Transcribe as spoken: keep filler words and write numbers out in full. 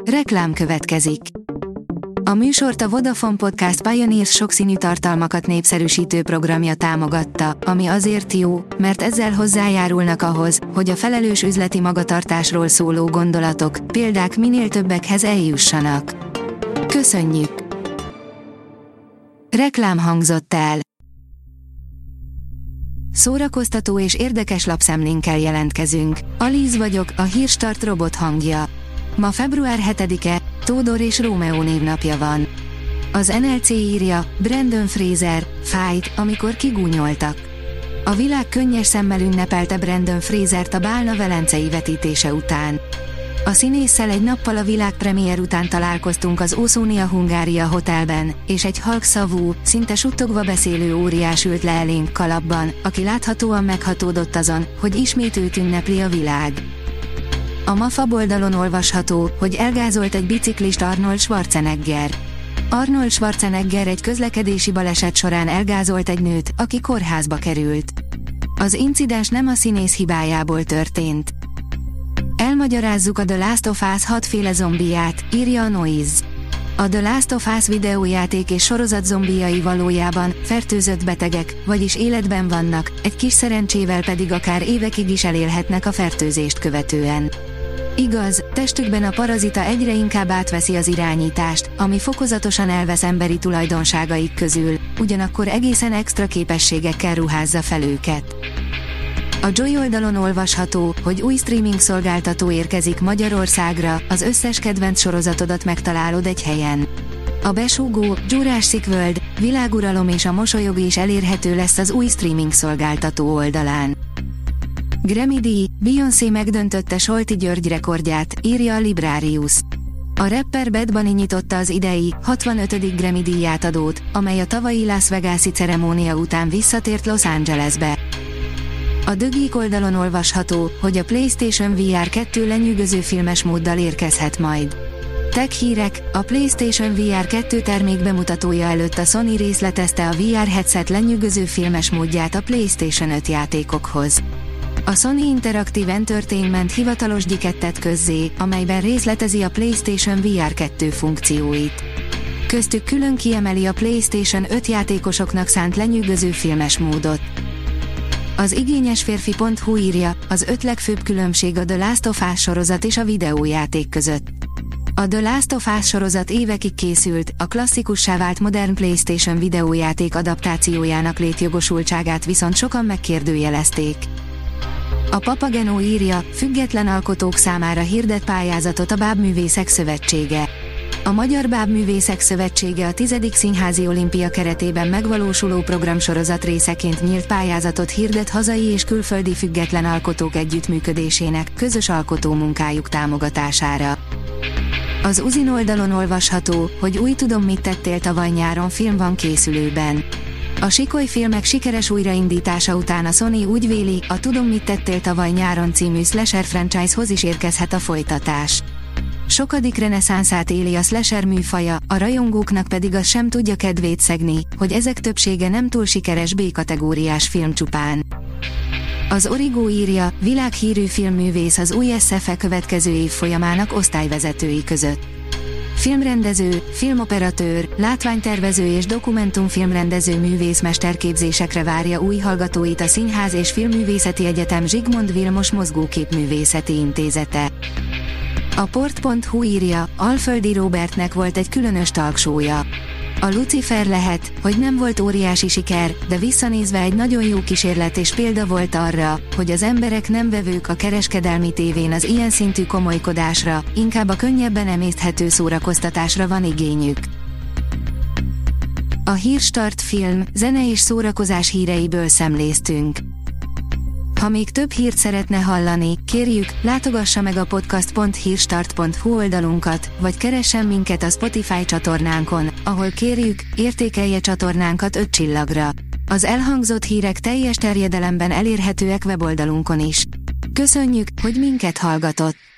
Reklám következik. A műsort a Vodafone Podcast Pioneers sokszínű tartalmakat népszerűsítő programja támogatta, ami azért jó, mert ezzel hozzájárulnak ahhoz, hogy a felelős üzleti magatartásról szóló gondolatok, példák minél többekhez eljussanak. Köszönjük! Reklám hangzott el. Szórakoztató és érdekes lapszemlénkkel jelentkezünk. Alíz vagyok, a Hírstart robot hangja. Ma február hetedike, Tódor és Rómeó névnapja van. Az en el cé írja, Brendan Fraser, fájt, amikor kigúnyoltak. A világ könnyes szemmel ünnepelte Brendan Frasert a Bálna velencei vetítése után. A színésszel egy nappal a világpremiér után találkoztunk az Oszónia Hungária hotelben, és egy halkszavú, szinte suttogva beszélő óriás ült le elénk kalapban, aki láthatóan meghatódott azon, hogy ismét őt ünnepli a világ. A MAFA oldalon olvasható, hogy elgázolt egy biciklist Arnold Schwarzenegger. Arnold Schwarzenegger egy közlekedési baleset során elgázolt egy nőt, aki kórházba került. Az incidens nem a színész hibájából történt. Elmagyarázzuk a The Last of Us hatféle zombiját, írja a Noise. A The Last of Us videójáték és sorozat zombijai valójában fertőzött betegek, vagyis életben vannak, egy kis szerencsével pedig akár évekig is elélhetnek a fertőzést követően. Igaz, testükben a parazita egyre inkább átveszi az irányítást, ami fokozatosan elvesz emberi tulajdonságaik közül, ugyanakkor egészen extra képességekkel ruházza fel őket. A Joy oldalon olvasható, hogy új streaming szolgáltató érkezik Magyarországra, az összes kedvenc sorozatodat megtalálod egy helyen. A besúgó, Jurassic World, Világuralom és a mosolyog is elérhető lesz az új streaming szolgáltató oldalán. Grammy-díj, Beyoncé megdöntötte Solti György rekordját, írja a Librarius. A rapper Bad Bunny nyitotta az idei, hatvanötödik Grammy-díj átadót, amely a tavalyi Las Vegas-i ceremónia után visszatért Los Angelesbe. A The Geek oldalon olvasható, hogy a PlayStation vé er kettő lenyűgöző filmes móddal érkezhet majd. Tech hírek, a PlayStation vé er kettő termék bemutatója előtt a Sony részletezte a vé er headset lenyűgöző filmes módját a PlayStation öt játékokhoz. A Sony Interactive Entertainment hivatalos gyiket tett közzé, amelyben részletezi a PlayStation vé er kettő funkcióit. Köztük külön kiemeli a PlayStation öt játékosoknak szánt lenyűgöző filmes módot. Az igényes férfi pont hu írja, az öt legfőbb különbség a The Last of Us sorozat és a videójáték között. A The Last of Us sorozat évekig készült, a klasszikussá vált modern PlayStation videójáték adaptációjának létjogosultságát viszont sokan megkérdőjelezték. A Papageno írja, független alkotók számára hirdet pályázatot a Bábművészek Szövetsége. A Magyar Bábművészek Szövetsége a tizedik Színházi Olimpia keretében megvalósuló programsorozat részeként nyílt pályázatot hirdet hazai és külföldi független alkotók együttműködésének, közös alkotómunkájuk támogatására. Az Uzin oldalon olvasható, hogy új Tudom mit tettél tavaly nyáron film van készülőben. A Sikoly filmek sikeres újraindítása után a Sony úgy véli, a Tudom mit tettél tavaly nyáron című slasher franchise-hoz is érkezhet a folytatás. Sokadik reneszánszát éli a slasher műfaja, a rajongóknak pedig az sem tudja kedvét szegni, hogy ezek többsége nem túl sikeres B-kategóriás film csupán. Az Origo írja, világhírű filmművész az új es ef e következő év folyamának osztályvezetői között. Filmrendező, filmoperatőr, látványtervező és dokumentumfilmrendező művész mesterképzésekre várja új hallgatóit a Színház és Filmművészeti Egyetem Zsigmond Vilmos Mozgóképművészeti Intézete. A port pont hu írja, Alföldi Róbertnek volt egy különös talkshow-ja. A Lucifer lehet, hogy nem volt óriási siker, de visszanézve egy nagyon jó kísérlet és példa volt arra, hogy az emberek nem vevők a kereskedelmi tévén az ilyen szintű komolykodásra, inkább a könnyebben emészthető szórakoztatásra van igényük. A Hírstart film, zene és szórakozás híreiből szemléztünk. Ha még több hírt szeretne hallani, kérjük, látogassa meg a podcast pont hírstart pont hu oldalunkat, vagy keressen minket a Spotify csatornánkon, ahol kérjük, értékelje csatornánkat öt csillagra. Az elhangzott hírek teljes terjedelemben elérhetőek weboldalunkon is. Köszönjük, hogy minket hallgatott!